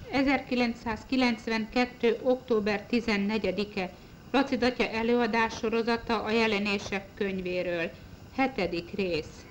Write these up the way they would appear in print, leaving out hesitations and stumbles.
1992. október 14-e Laci Datya előadássorozata a Jelenések könyvéről. 7. rész.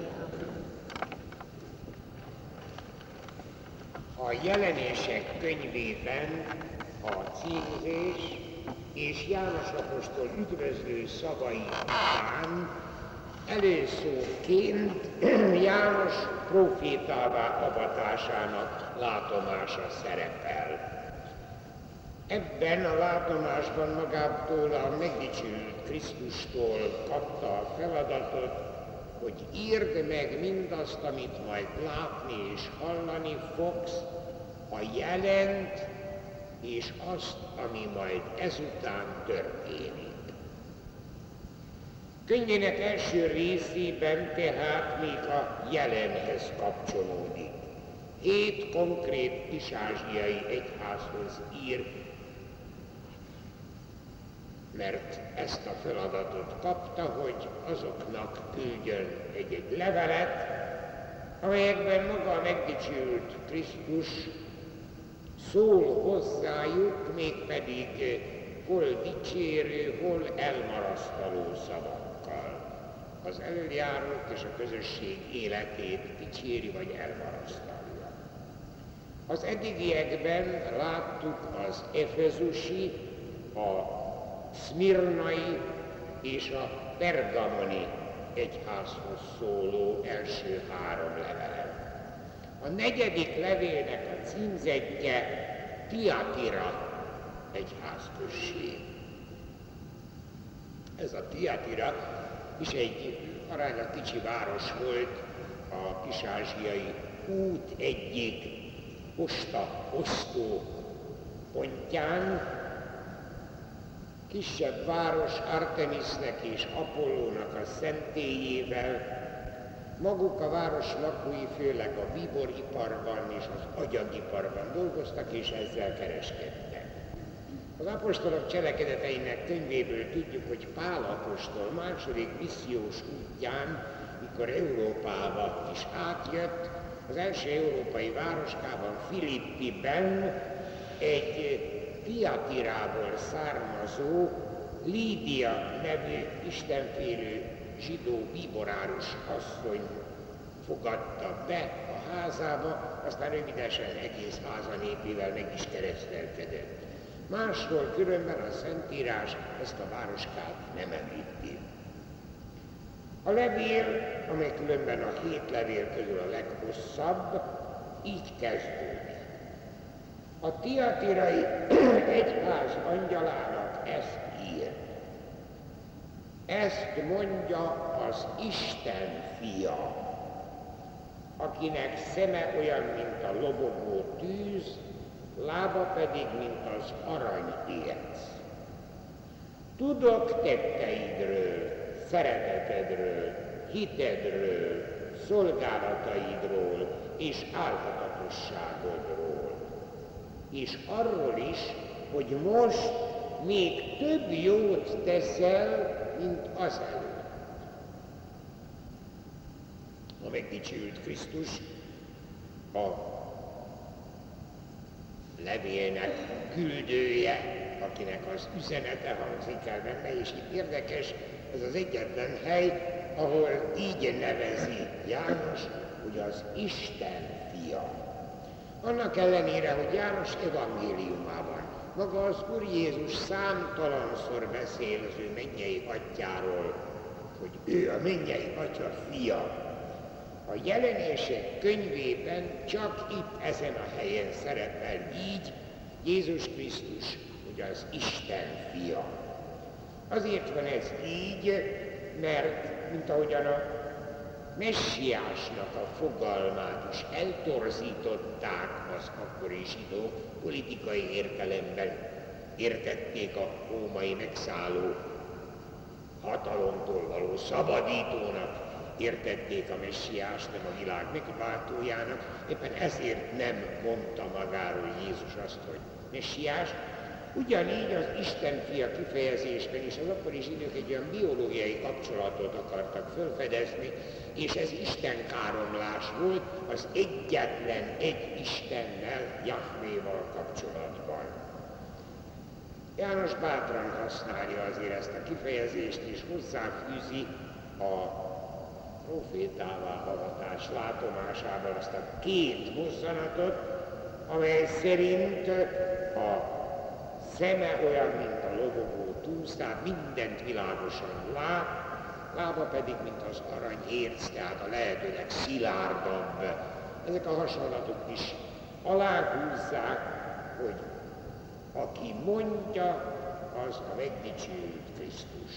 A Jelenések könyvében a címzés és János apostol üdvözlő szavai után előszóként János prófétává avatásának látomása szerepel. Ebben a látomásban magától a megdicsült Krisztustól kapta a feladatot, hogy írd meg mindazt, amit majd látni és hallani fogsz, a jelent és azt, ami majd ezután történik. Könyvének első részében tehát még a jelenhez kapcsolódik. 7 konkrét kis-ázsiai egyházhoz ír, mert ezt a feladatot kapta, hogy azoknak küldjön egy levelet, amelyekben maga a megdicsült Krisztus szól hozzájuk, mégpedig hol dicsérő, hol elmarasztaló szavakkal. Az elöljárók és a közösség életét dicséri vagy elmarasztalja. Az eddigiekben láttuk az efezusi, a szmirnai és a pergamoni egyházhoz szóló első 3 levelet. A 4. levélnek a címzetje Tiatira egyházközség. Ez a Tiatira is egy aránylag kicsi város volt a kis-ázsiai út egyik posta-osztó pontján. Kisebb város Artemisnek és Apollónak a szentélyével, maguk a város lakói főleg a bíboriparban és az agyagiparban dolgoztak, és ezzel kereskedtek. Az apostolok cselekedeteinek könyvéből tudjuk, hogy Pál apostol második missziós útján, mikor Európába is átjött, az első európai városkában, Filippiben egy Tiatirából származó Lídia nevű istenfélő zsidó bíborárus asszony fogadta be a házába, aztán rövidesen egész háza népével meg is keresztelkedett. Máshol különben a Szentírás ezt a városkát nem említi. A levél, amely különben a 7 levél közül a leghosszabb, így kezdődik. A tiatirai egyház angyalának ezt ír. Ezt mondja az Isten fia, akinek szeme olyan, mint a lobogó tűz, lába pedig, mint az aranyérc. Tudok tetteidről, szeretetedről, hitedről, szolgálataidról és álhatatosságodról. És arról is, hogy most még több jót teszel, mint azelőtt. A megdicsült Krisztus a levélnek küldője, akinek az üzenete hangzik el benne, és itt érdekes, ez az egyetlen hely, ahol így nevezi János, hogy az Isten fia. Annak ellenére, hogy János evangéliumában maga az Úr Jézus számtalanszor beszél az ő mennyei atyáról, hogy ő a mennyei atya fia, a Jelenések könyvében csak itt ezen a helyen szerepel így Jézus Krisztus, hogy az Isten fia. Azért van ez így, mert mint ahogyan a messiásnak a fogalmát is eltorzították az akkori zsidók, politikai értelemben értették a római megszálló hatalomtól való szabadítónak, értették a messiást, nem a világ megváltójának, éppen ezért nem mondta magáról Jézus azt, hogy messiás, Ugyanígy az Isten fia kifejezésben is az akkori zsidók egy olyan biológiai kapcsolatot akartak felfedezni, és ez Isten káromlás volt az egyetlen egy Istennel, Jahvéval kapcsolatban. János bátran használja azért ezt a kifejezést, és hozzáfűzi a profétává avatás látomásában azt a két mozzanatot, amely szerint a szeme olyan, mint a lobogó túsz, tehát mindent világosan lát, lába pedig, mint az aranyérc, tehát a lehetőleg szilárdabb. Ezek a hasonlatok is aláhúzzák, hogy aki mondja, az a megdicsőült Krisztus.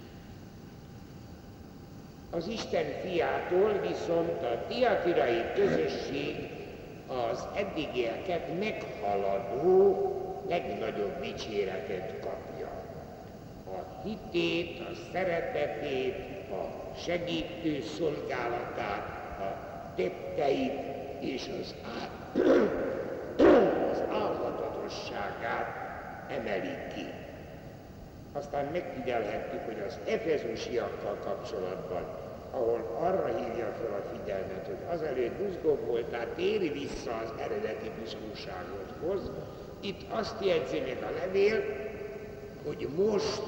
Az Isten fiától viszont a tiatirai közösség az eddigieket meghaladó legnagyobb dicséretet kapja. A hitét, a szeretetét, a segítő szolgálatát, a tetteit és az álhatatosságát emelik ki. Aztán megfigyelhettük, hogy az efezusiakkal kapcsolatban, ahol arra hívja fel a figyelmet, hogy azelőtt buzgóbb volt, tehát téri vissza az eredeti buzgóságodhoz, itt azt jegyzi meg a levél, hogy most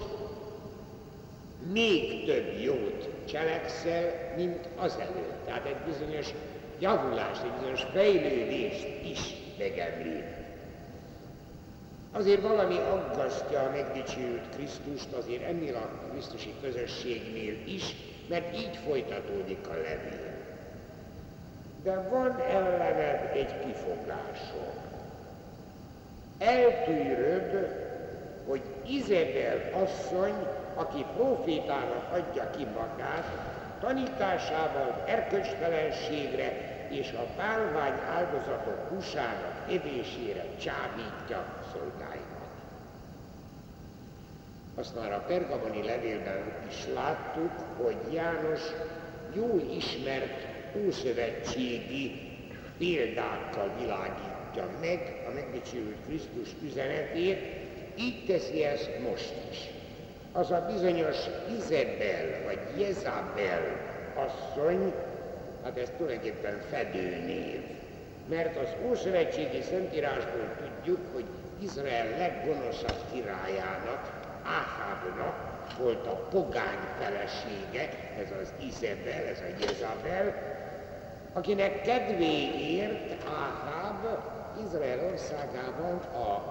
még több jót cselekszel, mint azelőtt. Tehát egy bizonyos javulást, egy bizonyos fejlődést is megemlít. Azért valami aggasztja a megdicsőült Krisztust azért ennél a krisztusi közösségnél is, mert így folytatódik a levél. De van ellened egy kifogásom. Eltűröd, hogy Izabel asszony, aki profétának adja ki magát, tanításával erkölcstelenségre és a bálvány áldozatok húsának evésére csábítja szolgáimat. Azt már a pergamoni levélben is láttuk, hogy János jól ismert ószövetségi példákkal világítja meg a megdicsőült Krisztus üzenetét, így teszi ezt most is. Az a bizonyos Izabel vagy Jezabel asszony, hát ez tulajdonképpen fedőnév, mert az ószövetségi szentírásból tudjuk, hogy Izrael leggonoszabb királyának, Áhábnak volt a pogány felesége, ez az Izabel, ez a Jezabel, akinek kedvéért Áháb Izrael országában a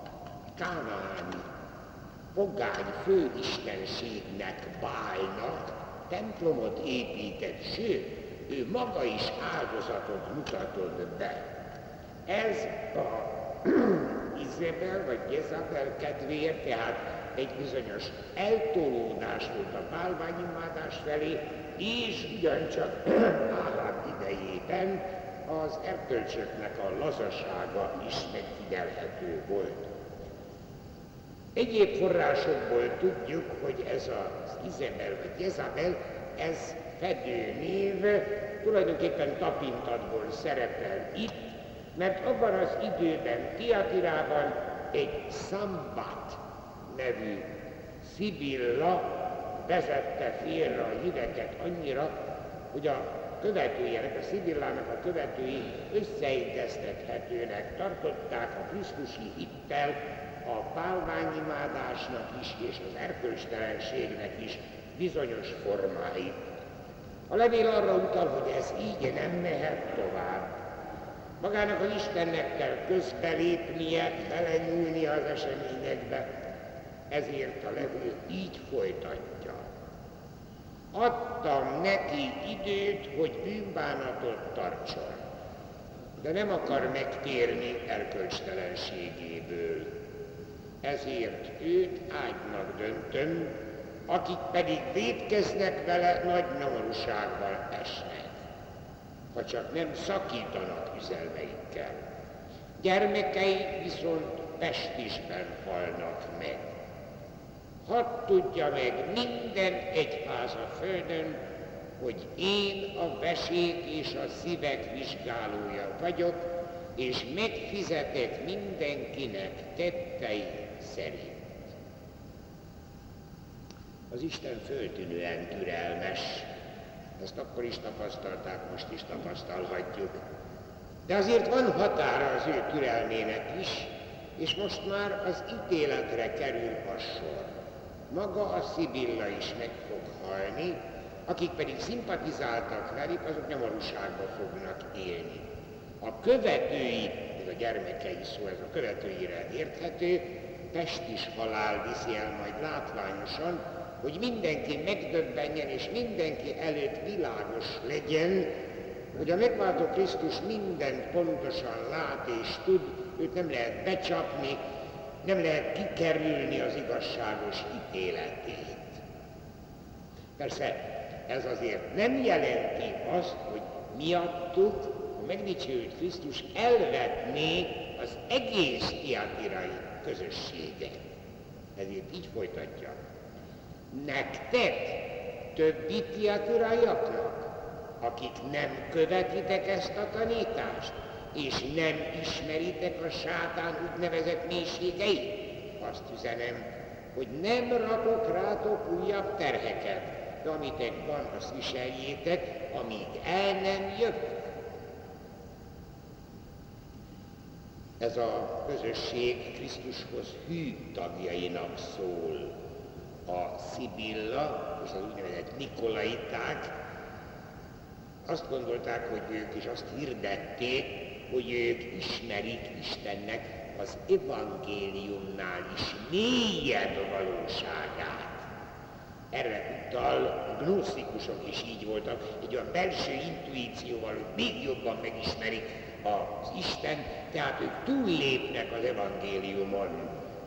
kánaáni pogány főistenségnek, Bálnak templomot épített, sőt, ő maga is áldozatot mutatott be. Ez a Izabel vagy Jezabel kedvéért, tehát egy bizonyos eltolódás volt a bálványimádás felé, és ugyancsak Áháb idejében az erkölcsöknek a lazasága is megfigyelhető volt. Egyéb forrásokból tudjuk, hogy ez az Izabel vagy Jezabel, ez fedőnév, tulajdonképpen tapintatból szerepel itt, mert abban az időben Tiatirában egy Szambat nevű szibilla vezette félre a híveket annyira, hogy a követőjének, a szibillának a követői összeegyeztethetőnek tartották a krisztusi hittel a bálványimádásnak is és az erkölcstelenségnek is bizonyos formáit. A levél arra utal, hogy ez így nem mehet tovább. Magának az Istennek kell közbelépnie, belenyúlnia az eseményekbe, ezért a levél így folytatja. Adtam neki időt, hogy bűnbánatot tartson, de nem akar megtérni erkölcstelenségéből. Ezért őt ágynak döntöm, akik pedig vétkeznek vele, nagy nyomorúsággal esnek, ha csak nem szakítanak üzelmeikkel. Gyermekei viszont pestisben halnak meg. Hadd tudja meg minden egyház a földön, hogy én a vesék és a szívek vizsgálója vagyok, és megfizetek mindenkinek tetteit szerint. Az Isten föltűnően türelmes, ezt akkor is tapasztalták, most is tapasztalhatjuk. De azért van határa az ő türelmének is, és most már az ítéletre kerül a sor. Maga a Szibilla is meg fog halni, akik pedig szimpatizáltak velük, azok nyomorúságba fognak élni. A követői, ez a gyermekei szó, ez a követőire érthető, pestis halál viszi el majd látványosan, hogy mindenki megdöbbenjen és mindenki előtt világos legyen, hogy a megváltó Krisztus mindent pontosan lát és tud, őt nem lehet becsapni, nem lehet kikerülni az igazságos ítéletét. Persze ez azért nem jelenti azt, hogy miattuk a megdicsőült Krisztus elvetné az egész tiatirai közösséget. Ezért így folytatja. Nektek, többi tiatiraiaknak, akik nem követitek ezt a tanítást, és nem ismeritek a sátán úgynevezett mélységeit, azt üzenem, hogy nem rakok rátok újabb terheket, de amitek van, azt viseljétek, amíg el nem jövök. Ez a közösség Krisztushoz hű tagjainak szól. A Szibilla és az úgynevezett Nikolaiták azt gondolták, hogy ők is azt hirdették, hogy ők ismerik Istennek az evangéliumnál is mélyebb valóságát. Erre utal a gnósztikusok is így voltak, egy olyan belső intuícióval, hogy még jobban megismerik az Isten, tehát ők túllépnek az evangéliumon.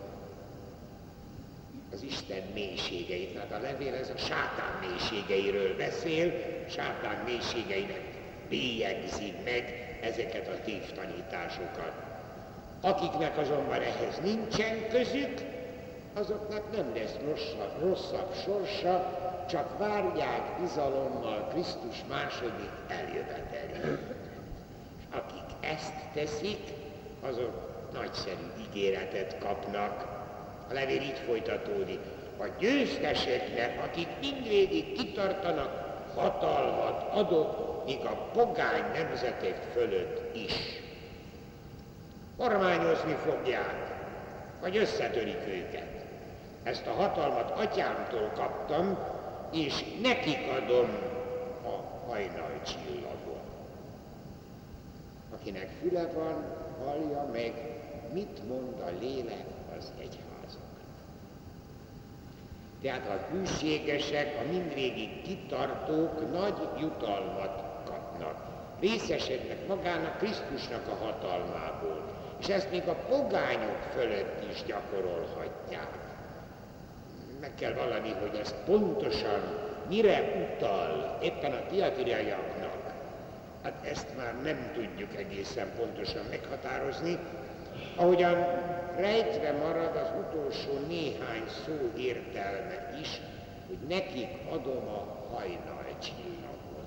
Az Isten mélységeit, hát a levél ez a sátán mélységeiről beszél, sátán mélységeinek bélyegzi meg ezeket a tévtanításokat. Akiknek azonban ehhez nincsen közük, azoknak nem lesz rosszabb sorsa, csak várják bizalommal Krisztus második eljövetelét. És akik ezt teszik, azok nagyszerű ígéretet kapnak. A levél így folytatódik. A győzteseknek, akik mindvégig kitartanak, hatalmat adok, míg a pogány nemzetek fölött is. Kormányozni fogják, vagy összetörik őket. Ezt a hatalmat atyámtól kaptam, és nekik adom a hajnalcsillagot. Akinek füle van, hallja meg, mit mond a lélek az egyházaknak. Tehát a hűségesek, a mindvégig kitartók nagy jutalmat kapnak. Részesednek magának Krisztusnak a hatalmából, és ezt még a pogányok fölött is gyakorolhatják. Meg kell vallani, hogy ez pontosan mire utal éppen a tiatiraiaknak. Hát ezt már nem tudjuk egészen pontosan meghatározni, ahogyan rejtve marad az utolsó néhány szó értelme is, hogy nekik adom a hajnalcsillagot.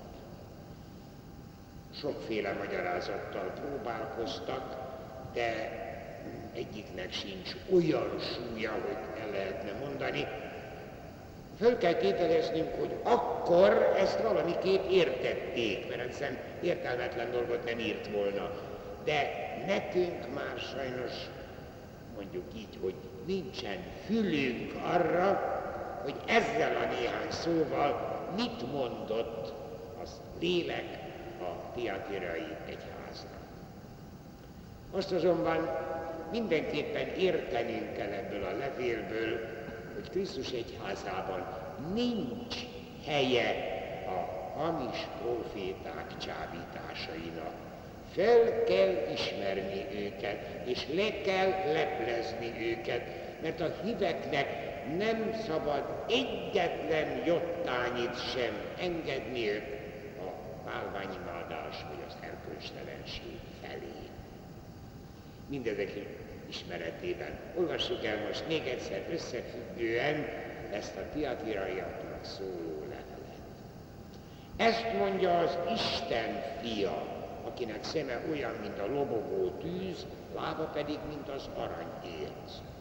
Sokféle magyarázattal próbálkoztak, de egyiknek sincs olyan súlya, hogy el lehetne mondani. Föl kell tételeznünk, hogy akkor ezt valamiképp értették, mert hiszen értelmetlen dolgot nem írt volna. De nekünk már sajnos, mondjuk így, hogy nincsen fülünk arra, hogy ezzel a néhány szóval mit mondott az lélek a tiatirai egyháznak. Azt azonban mindenképpen értenünk kell ebből a levélből, hogy Krisztus egyházában nincs helye a hamis proféták csábításainak. Fel kell ismerni őket, és le kell leplezni őket, mert a híveknek nem szabad egyetlen jottányit sem engedniük a bálványimádás vagy az erkölcstelenség felé. Mindezek ismeretében olvassuk el most még egyszer összefüggően ezt a tiatiraiaknak szóló levelet. Ezt mondja az Isten fia, akinek szeme olyan, mint a lobogó tűz, lába pedig, mint az aranyérc.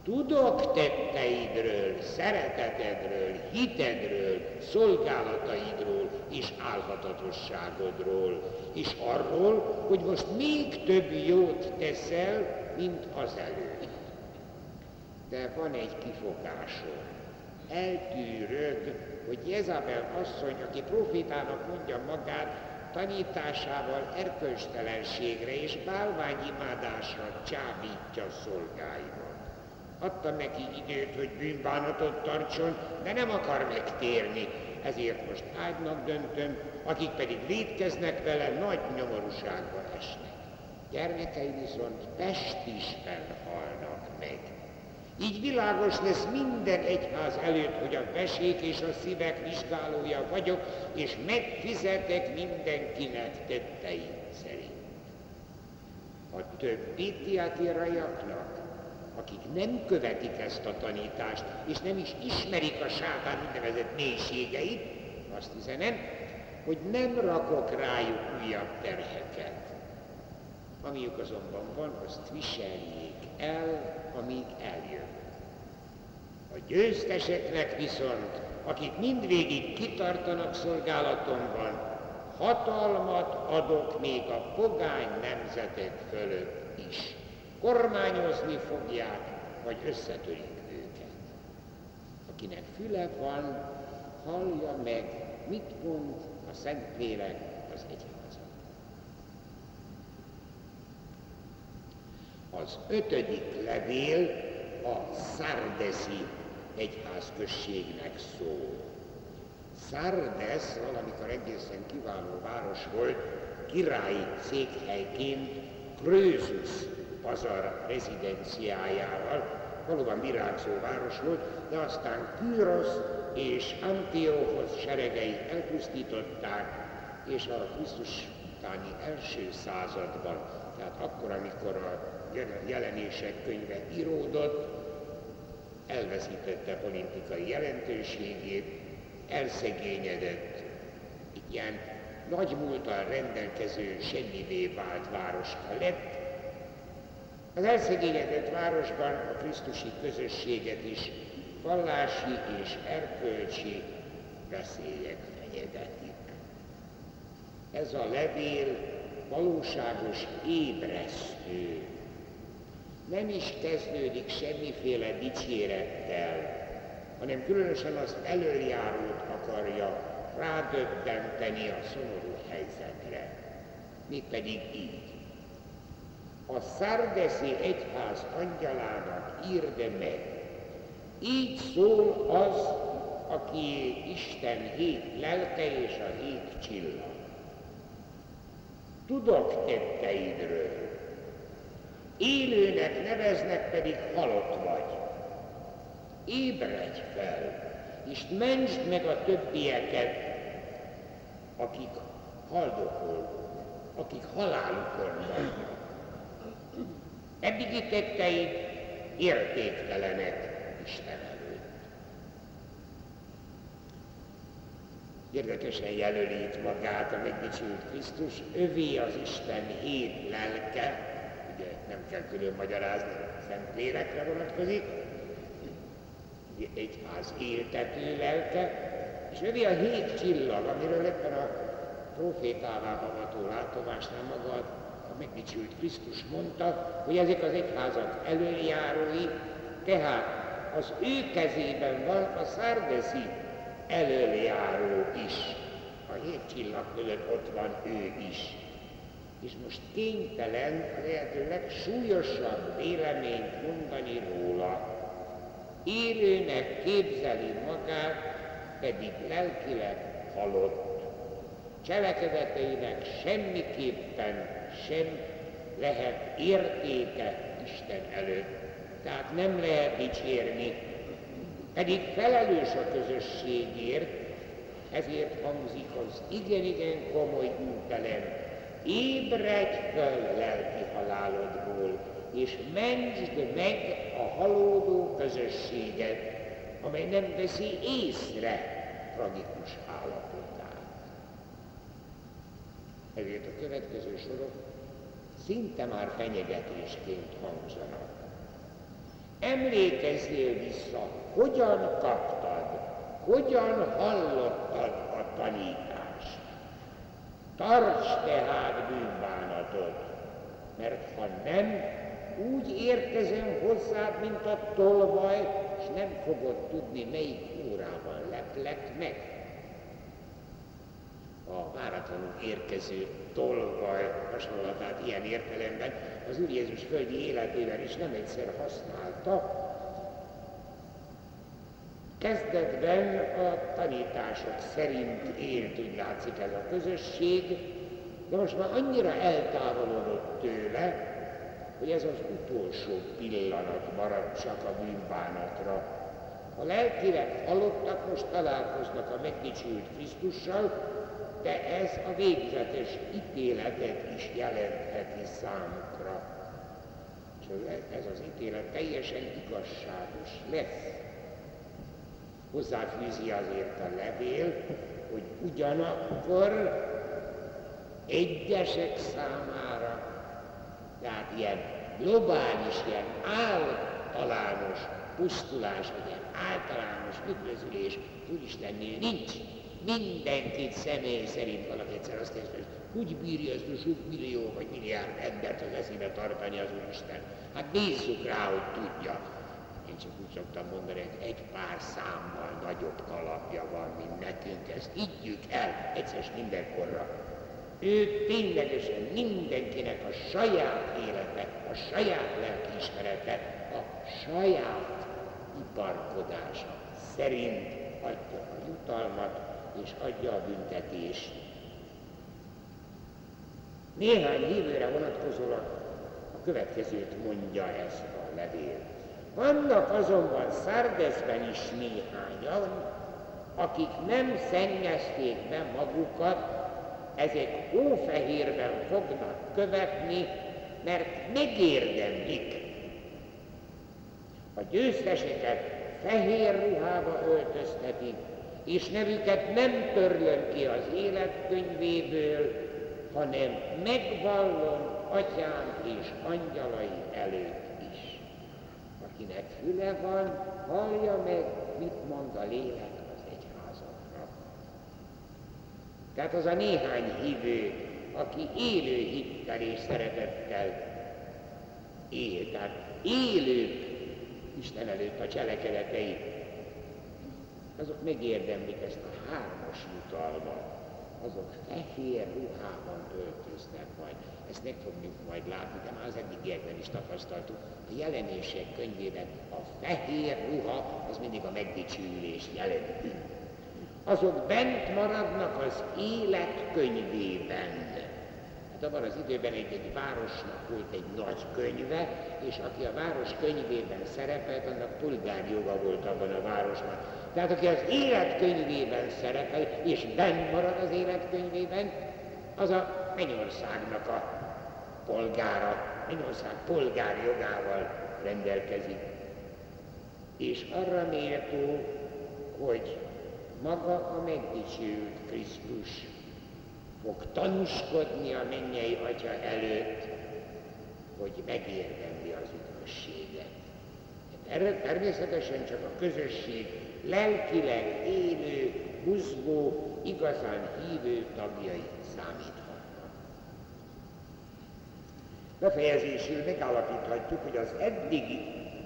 tudok tetteidről, szeretetedről, hitedről, szolgálataidról és álhatatosságodról, és arról, hogy most még több jót teszel, mint azelőtt. De van egy kifogásom. Eltűröd, hogy Jezabel asszony, aki profétának mondja magát, tanításával erkölcstelenségre és bálványimádásra csábítja szolgáimat. Adtam neki időt, hogy bűnbánatot tartson, de nem akar megtérni, ezért most ágynak döntöm, akik pedig vétkeznek vele, nagy nyomorúságba esnek. Gyermekei viszont pestisten halnak meg. Így világos lesz minden egyház előtt, hogy a vesék és a szívek vizsgálója vagyok, és megfizetek mindenkinek tettei szerint. A többi tiatíraiaknak, akik nem követik ezt a tanítást, és nem is ismerik a sátán úgynevezett mélységeit, azt üzenem, hogy nem rakok rájuk újabb terheket. Amiük azonban van, azt viseljék el, amíg eljön. A győzteseknek viszont, akik mindvégig kitartanak szolgálatomban, hatalmat adok még a pogány nemzetek fölött is. Kormányozni fogják, vagy összetörik őket. Akinek füle van, hallja meg, mit mond a Szentlélek az egyházat. Az 5. levél a Szardeszi egyházközségnek szól. Szardes valamikor egészen kiváló város volt, királyi székhelyként Krösus pazar rezidenciájával, valóban virágzó város volt, de aztán Kyrosz és Antiochos seregei elpusztították, és a Krisztus utáni első században, tehát akkor, amikor a jelenések könyve íródott, elveszítette politikai jelentőségét, elszegényedett, ilyen nagy múlttal rendelkező semmivé vált városka lett. Az elszegényedett városban a krisztusi közösséget is vallási és erkölcsi veszélyek fenyegetik. Ez a levél valóságos ébresztő. Nem is kezdődik semmiféle dicsérettel, hanem különösen az elöljárót akarja rádöbbenteni a szomorú helyzetre. Mégpedig így. A Szardeszi egyház angyalának írd meg. Így szól az, aki Isten 7 lelke és a 7 csillag. Tudok tetteidről. Élőnek neveznek, pedig halott vagy. Ébredj fel, és mentsd meg a többieket, akik haldokol, akik halálukon vannak. Eddigi tetteid értéktelenek Isten előtt. Érdekesen jelöli itt magát a megdicsült Krisztus, övé az Isten 7 lelke, ugye nem kell külön magyarázni, a Szentlélekre vonatkozik, ugye egyház éltető lelke, és övé a 7 csillag, amiről ebben a profétává avató látomásnál maga a megdicsült Krisztus mondta, hogy ezek az egyházak elöljárói, tehát az ő kezében van a Szardeszi elöljáró is. A 7 csillag között ott van ő is. És most kénytelen a lehető legsúlyosabb véleményt mondani róla. Élőnek képzeli magát, pedig lelkileg halott. Cselekedeteinek semmiképpen sem lehet értéke Isten előtt. Tehát nem lehet dicsérni, pedig felelős a közösségért, ezért hangzik az igen-igen komoly üntelem. Ébredj föl lelki halálodból, és mentsd meg a halódó közösséget, amely nem veszi észre tragikus állapotát. Ezért a következő sorok szinte már fenyegetésként hangzanak. Emlékezzél vissza, hogyan kaptad, hogyan hallottad a tanítást. Tarts tehát bűnbánatot, mert ha nem, úgy érkezem hozzád, mint a tolvaj, és nem fogod tudni, melyik órában leplek meg. A váratlanul érkező tolvaj hasonlatát ilyen értelemben az Úr Jézus földi életében is nem egyszer használta. Kezdetben a tanítások szerint élt, úgy látszik, ez a közösség, de most már annyira eltávolodott tőle, hogy ez az utolsó pillanat marad csak a bűnbánatra. A lelkileg halottak most találkoznak a megdicsült Krisztussal, de ez a végzetes ítéletet is jelentheti számukra. És ez az ítélet teljesen igazságos lesz. Hozzáfűzi azért a levél, hogy ugyanakkor egyesek számára, tehát ilyen globális, ilyen általános pusztulás, vagy ilyen általános üdvözülés Úristennél nincs. Mindenkit személy szerint valaki egyszer azt mondja, hogy hogy bírja ezt a sok millió vagy milliárd embert az eszébe tartani az Úristen. Hát bízzuk rá, hogy tudja. Én csak úgy szoktam mondani, hogy egy pár számmal nagyobb kalapja van, mint nekünk. Ezt higgyük el egyszer és mindenkorra. Ő ténylegesen mindenkinek a saját élete, a saját lelkiismerete, a saját iparkodása szerint adja a jutalmat és adja a büntetést. Néhány hívőre vonatkozólag a következőt mondja ezt a levél. Vannak azonban Szardeszben is néhányan, akik nem szennyezték be magukat, ezek hófehérben fognak követni, mert megérdemlik. A győzteseket fehér ruhába öltöztetik, és nevüket nem törlöm ki az életkönyvéből, hanem megvallom atyám és angyalai előtt is. Akinek füle van, hallja meg, mit mond a lélek az egyházakra. Tehát az a néhány hívő, aki élő hittel és szeretettel él, tehát élők Isten előtt a cselekedetei, azok megérdemlik ezt a hármas jutalmat. Azok fehér ruhában öltöznek majd. Ezt meg fogjuk majd látni, de már az eddigiekben is tapasztaltuk. A jelenések könyvében a fehér ruha az mindig a megdicsülés jelenti. Azok bent maradnak az élet könyvében. Hát abban az időben egy városnak volt egy nagy könyve, és aki a város könyvében szerepelt, annak polgárjoga volt abban a városnak. Tehát aki az életkönyvében szerepel, és benn marad az életkönyvében, az a mennyországnak a polgára, mennyország polgárjogával rendelkezik. És arra méltó, hogy maga a megdicsült Krisztus fog tanúskodni a mennyei Atya előtt, hogy megérdemli az üdvösséget. Erre természetesen csak a közösség lelkileg élő, buzgó, igazán hívő tagjai számíthatnak. Befejezésül megállapíthatjuk, hogy az eddigi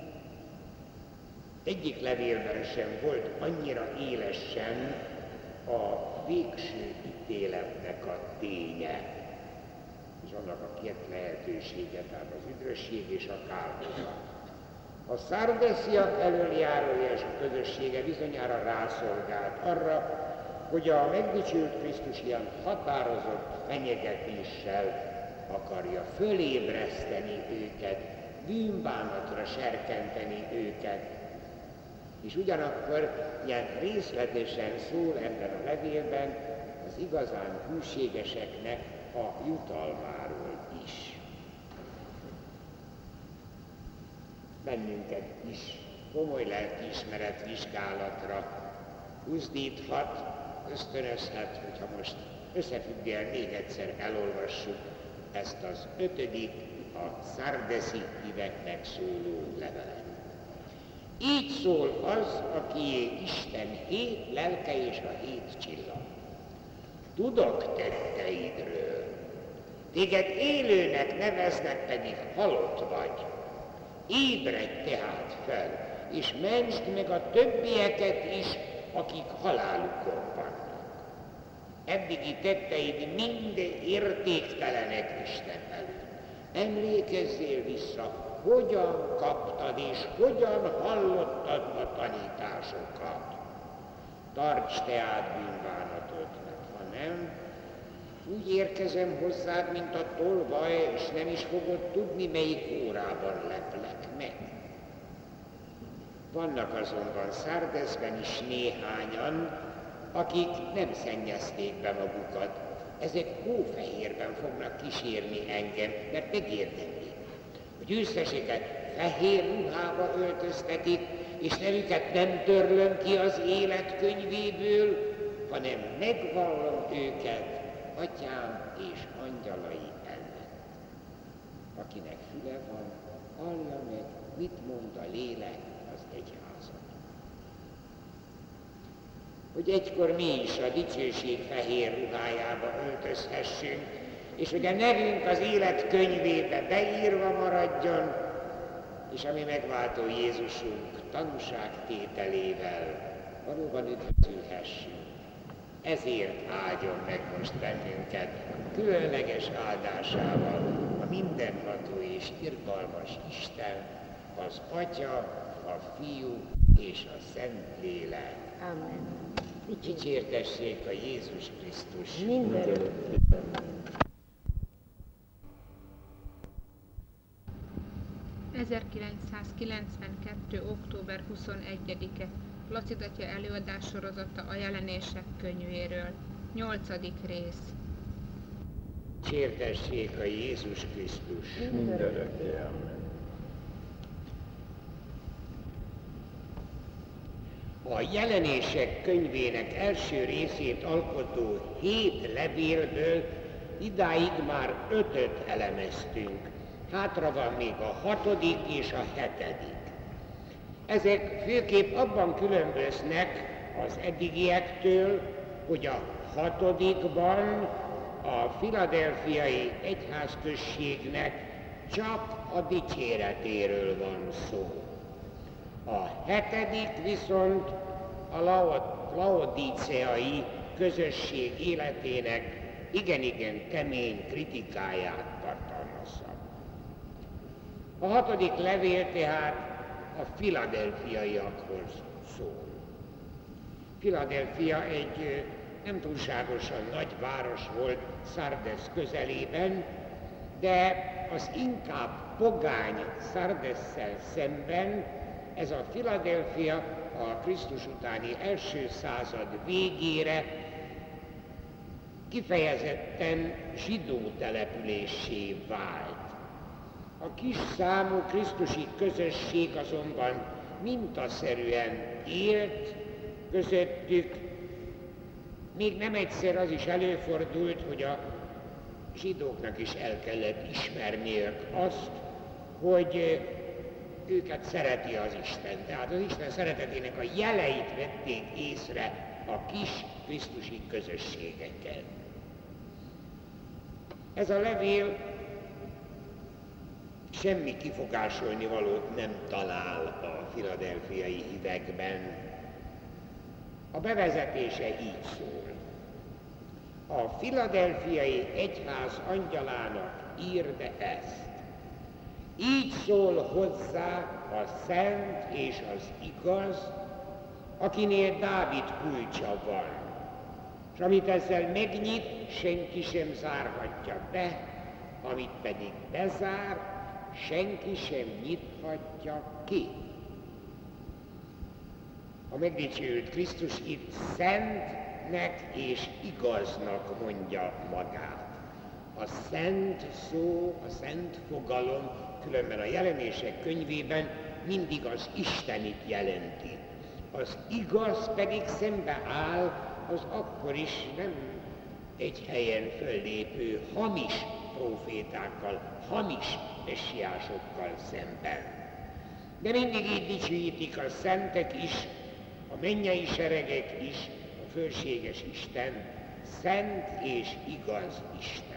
egyik levélben sem volt annyira élesen a végső ítéletnek a ténye, és annak a két lehetősége, tehát az üdvösség és a kárhozat. A szárdesziak elöljárója és a közössége bizonyára rászolgált arra, hogy a megdicsült Krisztus ilyen határozott fenyegetéssel akarja fölébreszteni őket, bűnbánatra serkenteni őket. És ugyanakkor ilyen részletesen szól ebben a levélben az igazán hűségeseknek a jutalmáról is. Bennünket is komoly lelkiismeret vizsgálatra buzdíthat, ösztönözhet, hogyha most összefüggően még egyszer elolvassuk ezt az 5. a szardeszi híveknek szóló levelet. Így szól az, akié Isten hét lelke és a hét csillag. Tudok tetteidről, téged élőnek neveznek, pedig halott vagy. Ébredj tehát fel, és mentsd meg a többieket is, akik halálukon vannak. Eddigi tetteid mind értéktelenek Isten előtt. Emlékezzél vissza, hogyan kaptad és hogyan hallottad a tanításokat. Tarts te át bűnbánatodnak, ha nem, úgy érkezem hozzád, mint a tolvaj, és nem is fogod tudni, melyik órában leplek meg. Vannak azonban Szárdeszben is néhányan, akik nem szennyezték be magukat. Ezek hófehérben fognak kísérni engem, mert megérdemlik. A győzteseket fehér ruhába öltöztetik, és nevüket nem törlöm ki az élet könyvéből, hanem megvallom őket Atyám és angyalai előtt. Akinek füle van, hallja meg, mit mond a lélek az egyházat. Hogy egykor mi is a dicsőség fehér ruhájába öltözhessünk, és hogy a nevünk az élet könyvébe beírva maradjon, és ami megváltó Jézusunk tanúságtételével valóban üdvözülhessünk. Ezért áldjon meg most bennünket különleges áldásával a mindenható és irgalmas Isten, az Atya, a Fiú és a Szentlélek. Amen. Dicsértessék a Jézus Krisztus. Mindenütt. 1992. október 21-e Placid atya előadássorozata a jelenések könyvéről. 8. rész. Dicsértessék a Jézus Krisztus. Mindörökké. Amen. A jelenések könyvének első részét alkotó 7 levélből idáig már 5-öt elemeztünk. Hátra van még a 6. és a 7. Ezek főképp abban különböznek az eddigiektől, hogy a 6-ban a filadelfiai egyházközségnek csak a dicséretéről van szó. A 7. viszont a laodíceai közösség életének igen-igen kemény kritikáját tartalmazza. A 6. levél tehát a filadelfiaiakhoz szól. Filadelfia egy nem túlságosan nagy város volt Szardesz közelében, de az inkább pogány Szardesszel szemben ez a Filadelfia a Krisztus utáni első század végére kifejezetten zsidó településsé vált. A kis számú krisztusi közösség azonban mintaszerűen élt közöttük, még nem egyszer az is előfordult, hogy a zsidóknak is el kellett ismerniük azt, hogy őket szereti az Isten. Tehát az Isten szeretetének a jeleit vették észre a kis krisztusi közösségeken. Ez a levél semmi kifogásolni valót nem talál a filadelfiai hívekben. A bevezetése így szól. A filadelfiai egyház angyalának írd ezt. Így szól hozzá a szent és az igaz, akinél Dávid kulcsa van. És amit ezzel megnyit, senki sem zárhatja be, amit pedig bezár, senki sem nyithatja ki. A megdicsőült Krisztus itt szentnek és igaznak mondja magát. A szent szó, a szent fogalom különben a jelenések könyvében mindig az Istenit jelenti. Az igaz pedig szembe áll az akkor is nem egy helyen föllépő hamis prófétákkal, hamis messiásokkal szemben. De mindig így dicsőítik a szentek is, a mennyei seregek is, a fölséges Isten, szent és igaz Isten.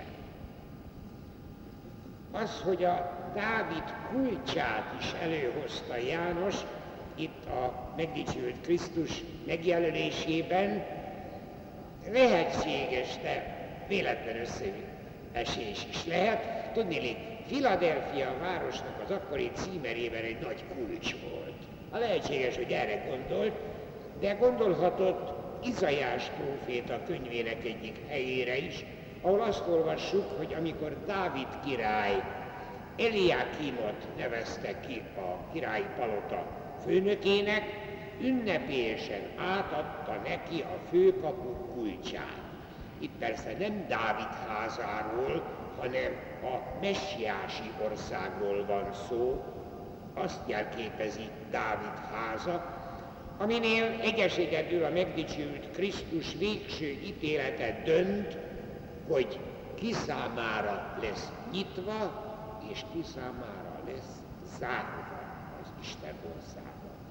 Az, hogy a Dávid kulcsát is előhozta János, itt a megdicsőült Krisztus megjelölésében, lehetséges, de véletlen összeesés is lehet. Tudniillik, Philadelphia városnak az akkori címerében egy nagy kulcs volt. Lehetséges, hogy erre gondolt, de gondolhatott Izaiás próféta könyvének egyik helyére is, ahol azt olvassuk, hogy amikor Dávid király Eliakimot nevezte ki a királyi palota főnökének, ünnepélyesen átadta neki a főkapu kulcsát. Itt persze nem Dávid házáról, hanem a messiási országról van szó, azt jelképezi Dávid háza, aminél egyedül a megdicsőült Krisztus végső ítélete dönt, hogy ki számára lesz nyitva, és ki számára lesz zárva az Isten országa.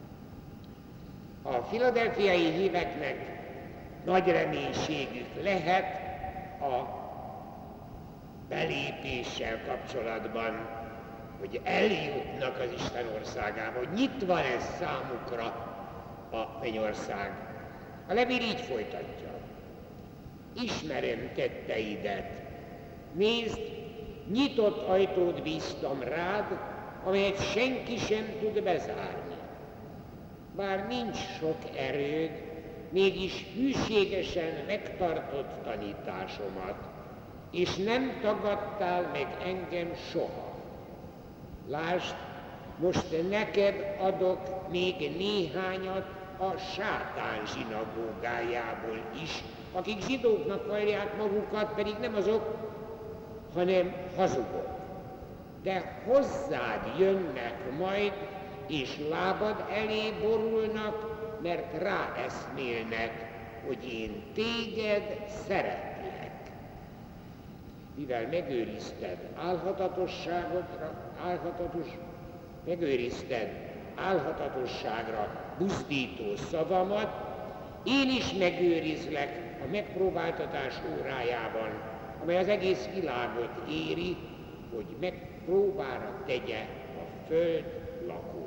A filadelfiai híveknek nagy reménységük lehet a belépéssel kapcsolatban, hogy eljutnak az Isten országába, hogy nyitva lesz számukra a mennyország. A levél így folytatja. Ismerem tetteidet. Nézd, nyitott ajtót bíztam rád, amelyet senki sem tud bezárni. Bár nincs sok erőd, mégis hűségesen megtartott tanításomat, és nem tagadtál meg engem soha. Lásd, most neked adok még néhányat a sátán zsinagógájából is, akik zsidóknak vallják magukat, pedig nem azok, hanem hazugok. De hozzád jönnek majd, és lábad elé borulnak, mert ráeszmélnek, hogy én téged szeretlek. Mivel megőrizted álhatatosságra buzdító szavamat, én is megőrizlek a megpróbáltatás órájában, amely az egész világot éri, hogy megpróbára tegye a föld lakóit.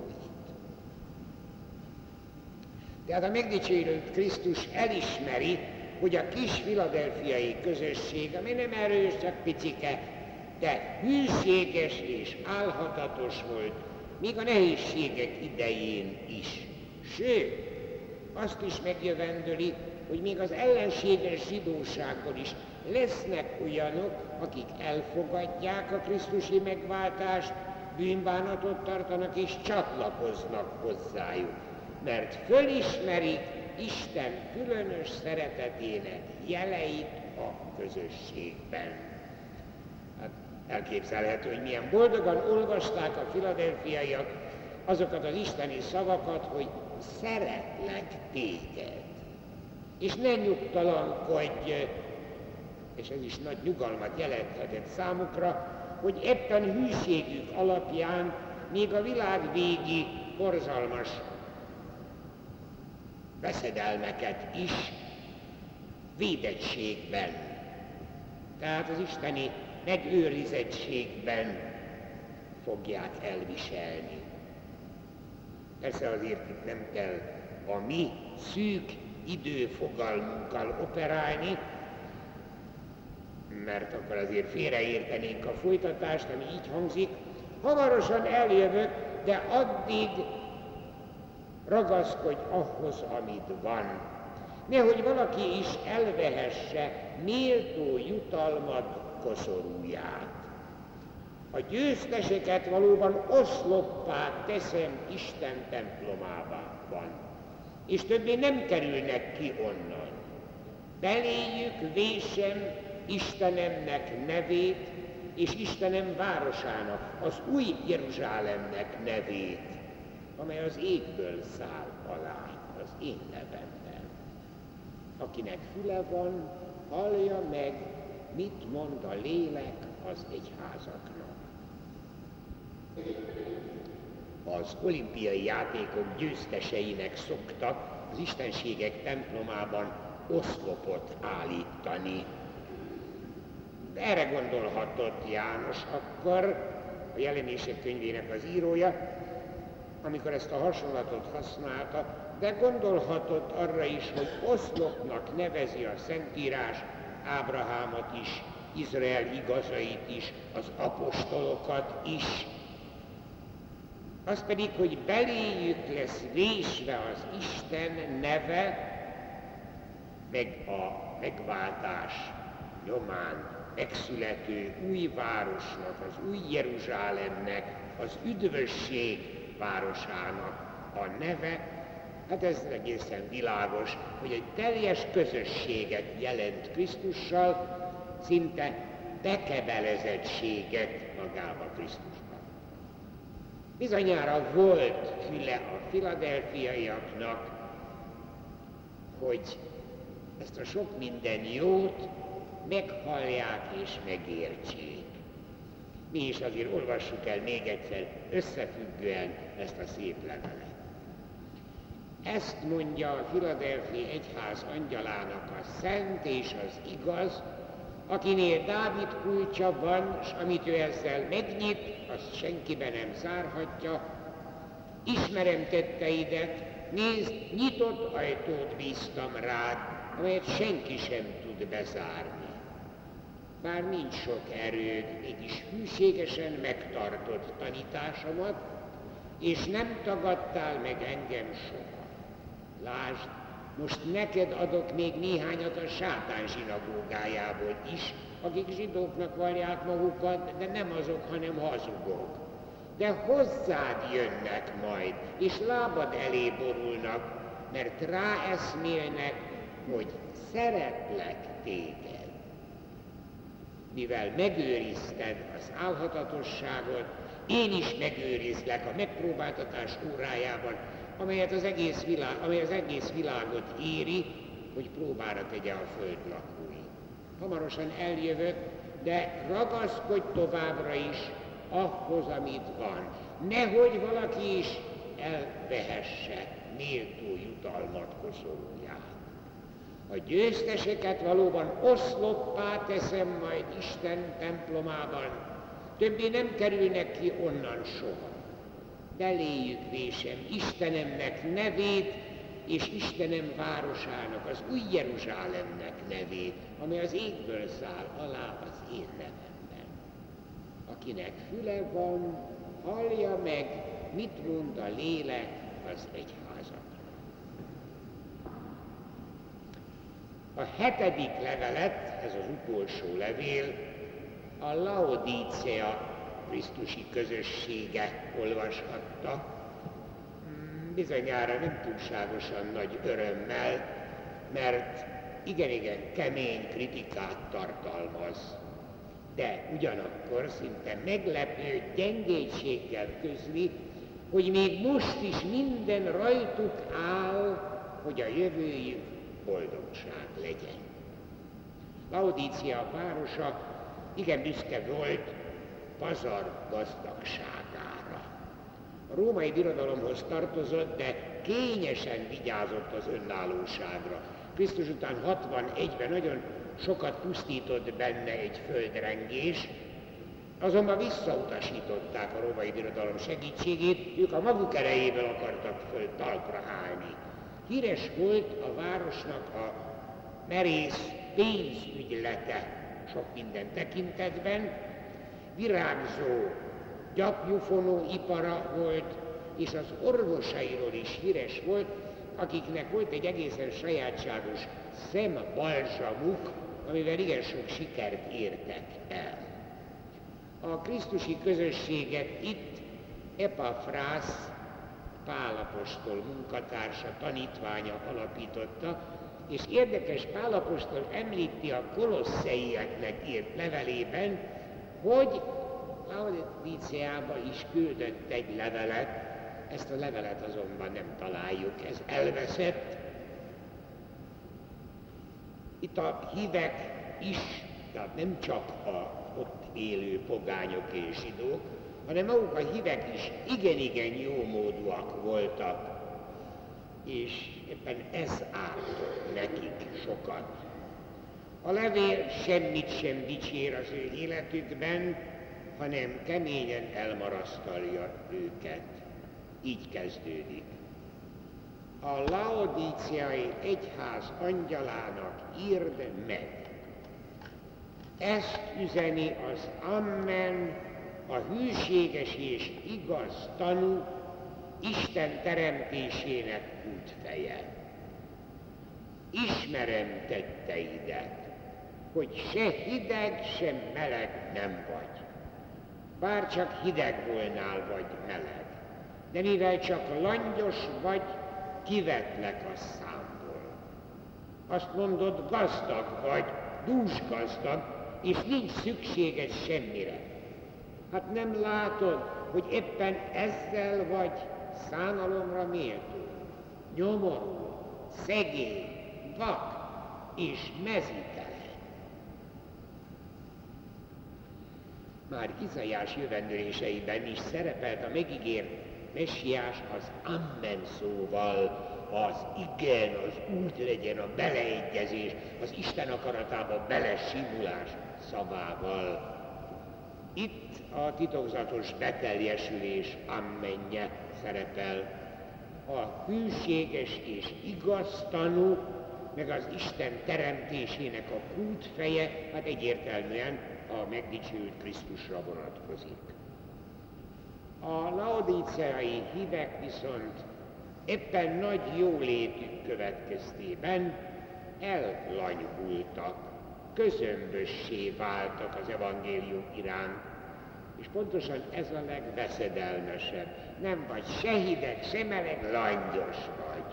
Tehát a megdicsőült Krisztus elismeri, hogy a kis filadelfiai közösség, ami nem erős, csak picike, de hűséges és álhatatos volt, még a nehézségek idején is. Sőt, azt is megjövendöli, hogy még az ellenséges zsidóságból is lesznek olyanok, akik elfogadják a krisztusi megváltást, bűnbánatot tartanak és csatlakoznak hozzájuk, mert fölismerik Isten különös szeretetének jeleit a közösségben. Hát elképzelhető, hogy milyen boldogan olvasták a filadelfiaiak azokat az isteni szavakat, hogy szeretlek téged. És ne nyugtalankodj, és ez is nagy nyugalmat jelenthetett számukra, hogy éppen hűségük alapján még a világ végi borzalmas veszedelmeket is védettségben, tehát az isteni megőrizettségben fogják elviselni. Persze azért itt nem kell a mi szűk időfogalmunkkal operálni, mert akkor azért félreértenénk a folytatást, ami így hangzik. Hamarosan eljövök, de addig ragaszkodj ahhoz, amit van. Nehogy valaki is elvehesse méltó jutalmad koszorúját. A győzteseket valóban oszloppá teszem Isten templomában, és többé nem kerülnek ki onnan. Beléjük vésem Istenemnek nevét, és Istenem városának, az új Jeruzsálemnek nevét, amely az égből száll alá az én nevemben. Akinek füle van, hallja meg, mit mond a lélek az egyházaknak. az olimpiai játékok győzteseinek szoktak az istenségek templomában oszlopot állítani. De erre gondolhatott János akkor, a Jelenések könyvének az írója, amikor ezt a hasonlatot használta, de gondolhatott arra is, hogy oszlopnak nevezi a Szentírás Ábrahámot is, Izrael igazait is, az apostolokat is. Az pedig, hogy beléjük lesz vésve az Isten neve, meg a megváltás nyomán megszülető új városnak, az új Jeruzsálemnek, az üdvösség városának a neve. Hát ez egészen világos, hogy egy teljes közösséget jelent Krisztussal, szinte bekebelezettséget magába Krisztusban. Bizonyára volt füle a filadelfiaiaknak, hogy ezt a sok minden jót meghallják és megértsék. Mi is azért olvassuk el még egyszer összefüggően ezt a szép levelet. Ezt mondja a Filadelfi egyház angyalának a szent és az igaz, akinél Dávid kulcsa van, és amit ő ezzel megnyit, azt senkiben nem zárhatja. Ismerem tetteidet, nézd, nyitott ajtót bíztam rád, amelyet senki sem tud bezárni. Bár nincs sok erőd, mégis hűségesen megtartod tanításomat, és nem tagadtál meg engem soha. Lásd, most neked adok még néhányat a sátán zsinagógájából is, akik zsidóknak vallják magukat, de nem azok, hanem hazugok. De hozzád jönnek majd, és lábad elé borulnak, mert ráeszmélnek, hogy szeretlek téged. Mivel megőrizted az álhatatosságot, én is megőrizlek a megpróbáltatás órájában, amely az egész világot éri, hogy próbára tegye a föld lakói. Hamarosan eljövök, de ragaszkodj továbbra is ahhoz, amit van. Nehogy valaki is elvehesse méltó jutalmat koszorúját. A győzteseket valóban oszloppá teszem majd Isten templomában, többé nem kerülnek ki onnan soha. Beléjük vésem Istenemnek nevét, és Istenem városának, az új Jeruzsálemnek nevét, amely az égből száll alá az én nevemben. Akinek füle van, hallja meg, mit mond a lélek az egyházakra. A 7. levelet, ez az utolsó levél, a Laodícea krisztusi közössége olvashatta, bizonyára nem túlságosan nagy örömmel, mert igen kemény kritikát tartalmaz, de ugyanakkor szinte meglepő gyengétséggel közli, hogy még most is minden rajtuk áll, hogy a jövőjük boldogság legyen. Laodícea városa igen büszke volt pazar gazdagságára. A római birodalomhoz tartozott, de kényesen vigyázott az önállóságra. Krisztus után 61-ben nagyon sokat pusztított benne egy földrengés, azonban visszautasították a római birodalom segítségét, ők a maguk erejéből akartak föl talpra állni. Híres volt a városnak a merész pénzügylete sok minden tekintetben, virágzó gyapjufonó ipara volt, és az orvosairól is híres volt, akiknek volt egy egészen sajátságos szembalzsamuk, amivel igen sok sikert értek el. A krisztusi közösséget itt Epafrász, Pál apostol munkatársa, tanítványa alapította, és érdekes, Pál apostol említi a kolosszeieknek írt levelében, hogy Laodíceába is küldött egy levelet, ezt a levelet azonban nem találjuk, ez elveszett. Itt a hívek is, tehát nem csak a ott élő pogányok és zsidók, hanem maguk a hívek is igen-igen jómódúak voltak, és éppen ez ártott nekik sokat. A levél semmit sem dicsér az ő életükben, hanem keményen elmarasztalja őket. Így kezdődik. A laodíciai egyház angyalának írd meg. Ezt üzeni az Amen, a hűséges és igaz tanú, Isten teremtésének útfeje. Ismerem tetteidet, hogy se hideg, se meleg nem vagy. Bár csak hideg volnál vagy meleg, de mivel csak langyos vagy, kivetlek a számból. Azt mondod, gazdag vagy, dúsgazdag, és nincs szükséged semmire. Hát nem látod, hogy éppen ezzel vagy szánalomra méltó, nyomorú, szegény, vak és mezítelen. Már Izaiás jövendőléseiben is szerepelt a megígért messiás az Amen szóval, az igen, az úgy legyen, a beleegyezés, az Isten akaratába belesimulás szavával. Itt a titokzatos beteljesülés ammenje szerepel. A hűséges és igaz tanú, meg az Isten teremtésének a kútfeje, hát egyértelműen a megdicsült Krisztusra vonatkozik. A laodíceai hívek viszont éppen nagy jólétük következtében ellanyhultak, közömbössé váltak az evangélium iránt, és pontosan ez a legveszedelmesebb. Nem vagy se hideg, se meleg, langyos vagy.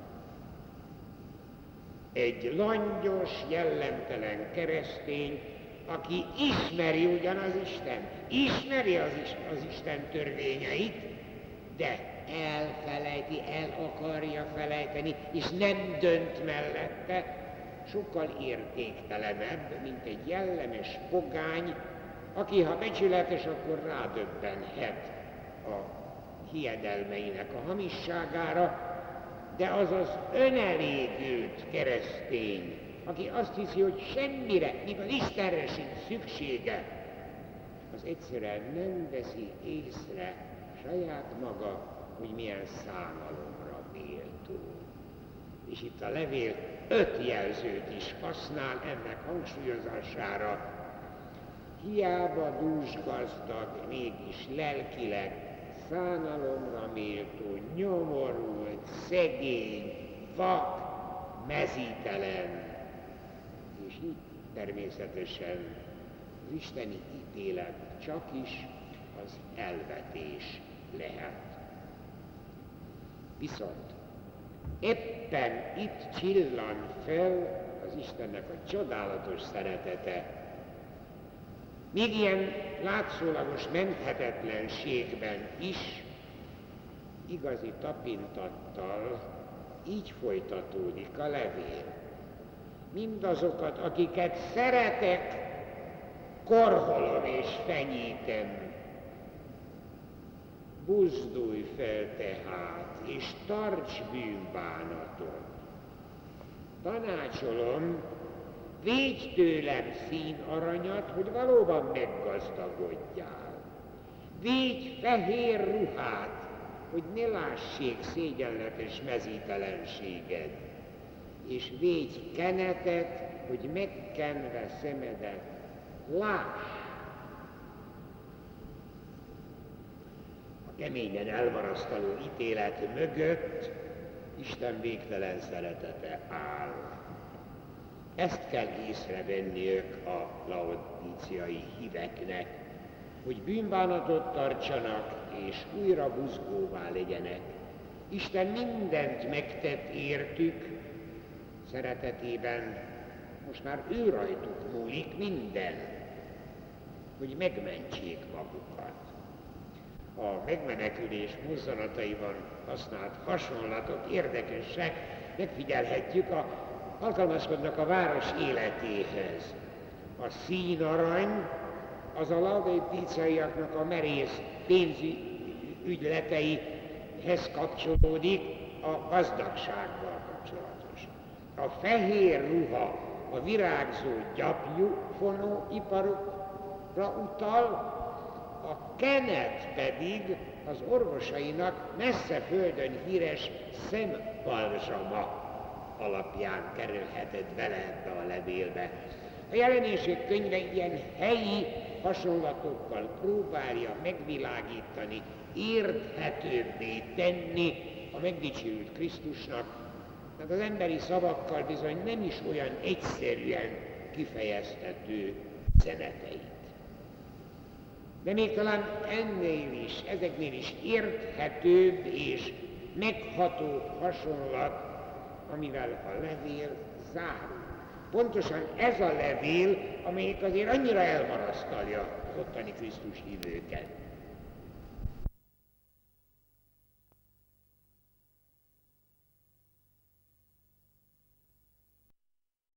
Egy langyos, jellemtelen keresztény, aki ismeri ugyan az Isten, ismeri az Isten törvényeit, de elfelejti, el akarja felejteni, és nem dönt mellette, sokkal értéktelenebb, mint egy jellemes pogány, aki ha becsületes, akkor rádöbbenhet a hiedelmeinek a hamisságára, de az az önelégült keresztény, aki azt hiszi, hogy semmire, míg az Istenre sincs szüksége, az egyszerűen nem veszi észre saját maga, hogy milyen szánalomra méltó. És itt a levél 5 jelzőt is használ ennek hangsúlyozására. Hiába dúsgazdag, mégis lelkileg szánalomra méltó, nyomorult, szegény, vak, mezítelen. És így természetesen az isteni ítélet csak is az elvetés lehet. Viszont éppen itt csillan fel az Istennek a csodálatos szeretete. Még ilyen látszólagos menthetetlenségben is igazi tapintattal így folytatódik a levél. Mindazokat, akiket szeretek, korholom és fenyítem. Buzdulj fel tehát, és tarts bűnbánatot. Tanácsolom, védj tőlem színaranyat, hogy valóban meggazdagodjál. Védj fehér ruhát, hogy ne lássék szégyenletes mezítelenséged. És védj kenetet, hogy megkenve szemedet láss. A keményen elmarasztaló ítélet mögött Isten végtelen szeretete áll. Ezt kell észrevenniük a laodíciai híveknek, hogy bűnbánatot tartsanak és újra buzgóvá legyenek. Isten mindent megtett értük, szeretetében most már ő rajtuk múlik minden, hogy megmentsék magukat. A megmenekülés mozzanataiban használt hasonlatok érdekesek, megfigyelhetjük, alkalmazkodnak a város életéhez. A színarany az a laodiceiaknak a merész pénzügyleteihez kapcsolódik, a gazdagsággal kapcsolatos. A fehér ruha a virágzó gyapjúfonóiparokra utal, a kenet pedig az orvosainak messze földön híres szembalzsama alapján kerülhetett bele ebbe a levélbe. A Jelenések könyve ilyen helyi hasonlatokkal próbálja megvilágítani, érthetőbbé tenni a megdicsőült Krisztusnak, mert az emberi szavakkal bizony nem is olyan egyszerűen kifejezhető üzeneteit. De még talán ennél is, ezeknél is érthetőbb és meghatóbb hasonlat, amivel a levél zárul. Pontosan ez a levél, amelyik azért annyira elmarasztalja az ottani Krisztus hívőket.